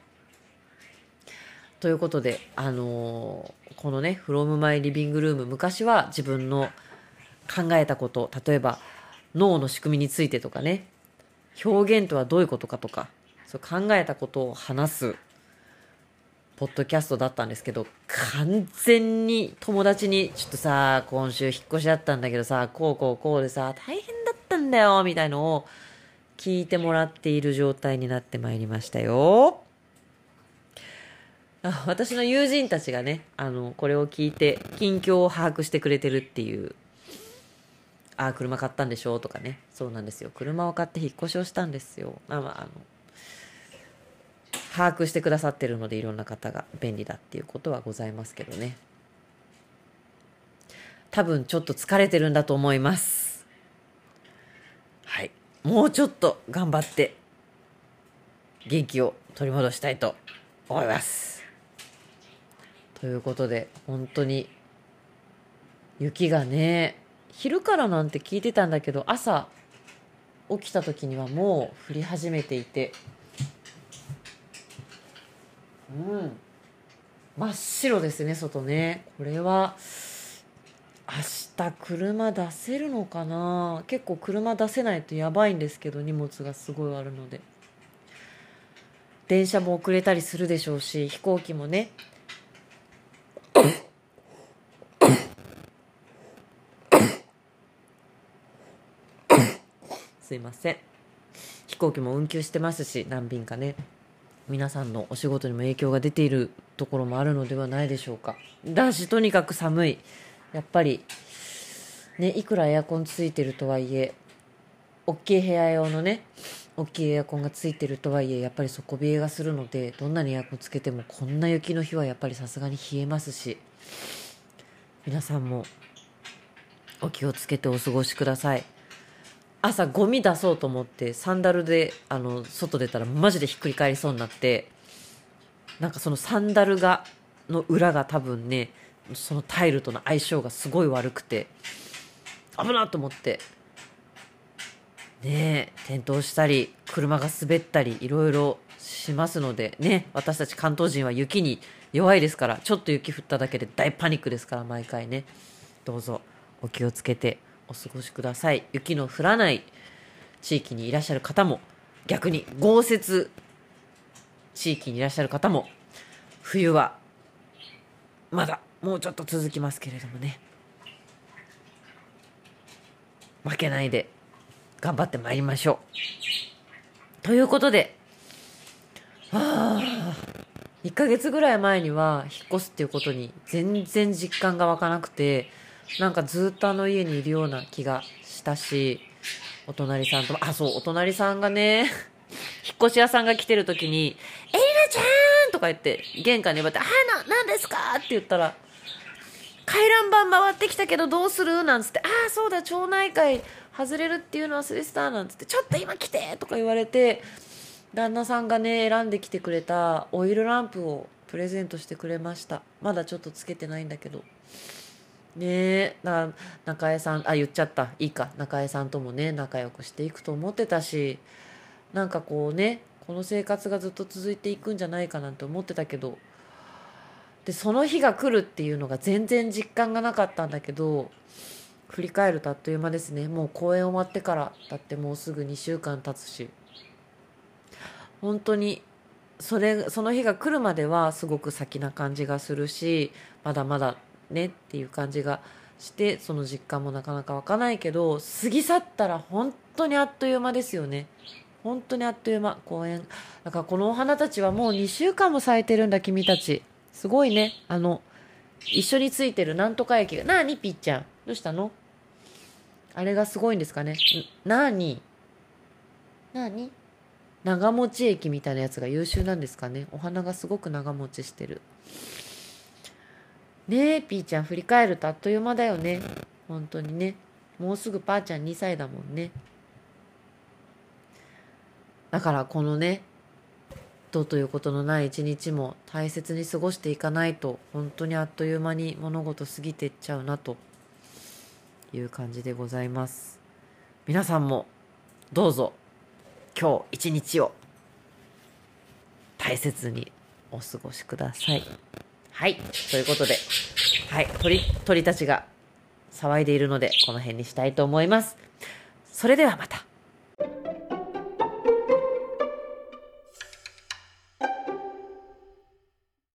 ということで、このね、from my living room、昔は自分の考えたこと、例えば脳の仕組みについてとかね、表現とはどういうことかとか、そう考えたことを話すポッドキャストだったんですけど、完全に友達にちょっとさ、今週引っ越しだったんだけどさ、こうでさ、大変だったんだよみたいのを聞いてもらっている状態になってまいりましたよ。私の友人たちがね、これを聞いて近況を把握してくれてるっていう。車買ったんでしょとかね。そうなんですよ。車を買って引っ越しをしたんですよ。把握してくださってるので、いろんな方が便利だっていうことはございますけどね。多分ちょっと疲れてるんだと思います。はい。もうちょっと頑張って元気を取り戻したいと思います。ということで、本当に雪がね、昼からなんて聞いてたんだけど、朝起きた時にはもう降り始めていて、真っ白ですね、外ね。これは明日車出せるのかな。結構車出せないとやばいんですけど、荷物がすごいあるので。電車も遅れたりするでしょうし、飛行機もね。すいません。飛行機も運休してますし、何便かね。 皆さんのお仕事にも影響が出ているところもあるのではないでしょうか。だし、とにかく寒い。やっぱり、ね、いくらエアコンついてるとはいえ、大きい部屋用のね、大きいエアコンがついてるとはいえ、やっぱり底冷えがするので、どんなにエアコンつけてもこんな雪の日はやっぱりさすがに冷えますし、皆さんもお気をつけてお過ごしください。朝ゴミ出そうと思ってサンダルで外出たらマジでひっくり返りそうになって、なんかそのサンダルの裏が多分ね、そのタイルとの相性がすごい悪くて危なと思って、ね、転倒したり車が滑ったりいろいろしますのでね、私たち関東人は雪に弱いですから、ちょっと雪降っただけで大パニックですから、毎回ね、どうぞお気をつけてお過ごしください。雪の降らない地域にいらっしゃる方も、逆に豪雪地域にいらっしゃる方も、冬はまだもうちょっと続きますけれどもね、負けないで頑張ってまいりましょう。ということで、1ヶ月ぐらい前には引っ越すっていうことに全然実感が湧かなくて、なんかずっと家にいるような気がしたし、お隣さんとも、そう、お隣さんがね、引っ越し屋さんが来てる時に、エリナちゃんとか言って、玄関に呼ばれて、何ですかって言ったら、回覧板回ってきたけどどうするなんつって、そうだ、町内会外れるっていうの忘れてたなんつって、ちょっと今来てとか言われて、旦那さんがね、選んできてくれたオイルランプをプレゼントしてくれました。まだちょっとつけてないんだけど。ねえ、中江さん、言っちゃった。いいか。中江さんともね、仲良くしていくと思ってたし、なんかこうね、この生活がずっと続いていくんじゃないかなんて思ってたけど、で、その日が来るっていうのが全然実感がなかったんだけど、振り返るとあっという間ですね。もう公演終わってから、だってもうすぐ2週間経つし、本当にその日が来るまではすごく先な感じがするし、まだまだねっていう感じがして、その実感もなかなか湧かないけど、過ぎ去ったら本当にあっという間ですよね。本当にあっという間。公園だから、このお花たちはもう2週間も咲いてるんだ。君たちすごいね。一緒についてるなんとか駅が、なにピッちゃんどうしたの？あれがすごいんですかね。なに長持ち液みたいなやつが優秀なんですかね。お花がすごく長持ちしてるねえ。ピーちゃん振り返るとあっという間だよね。本当にね。もうすぐパーちゃん2歳だもんね。だからこのね、どうということのない一日も大切に過ごしていかないと、本当にあっという間に物事過ぎていっちゃうなという感じでございます。皆さんもどうぞ今日一日を大切にお過ごしください。はい、ということで、はい、鳥たちが騒いでいるのでこの辺にしたいと思います。それではまた。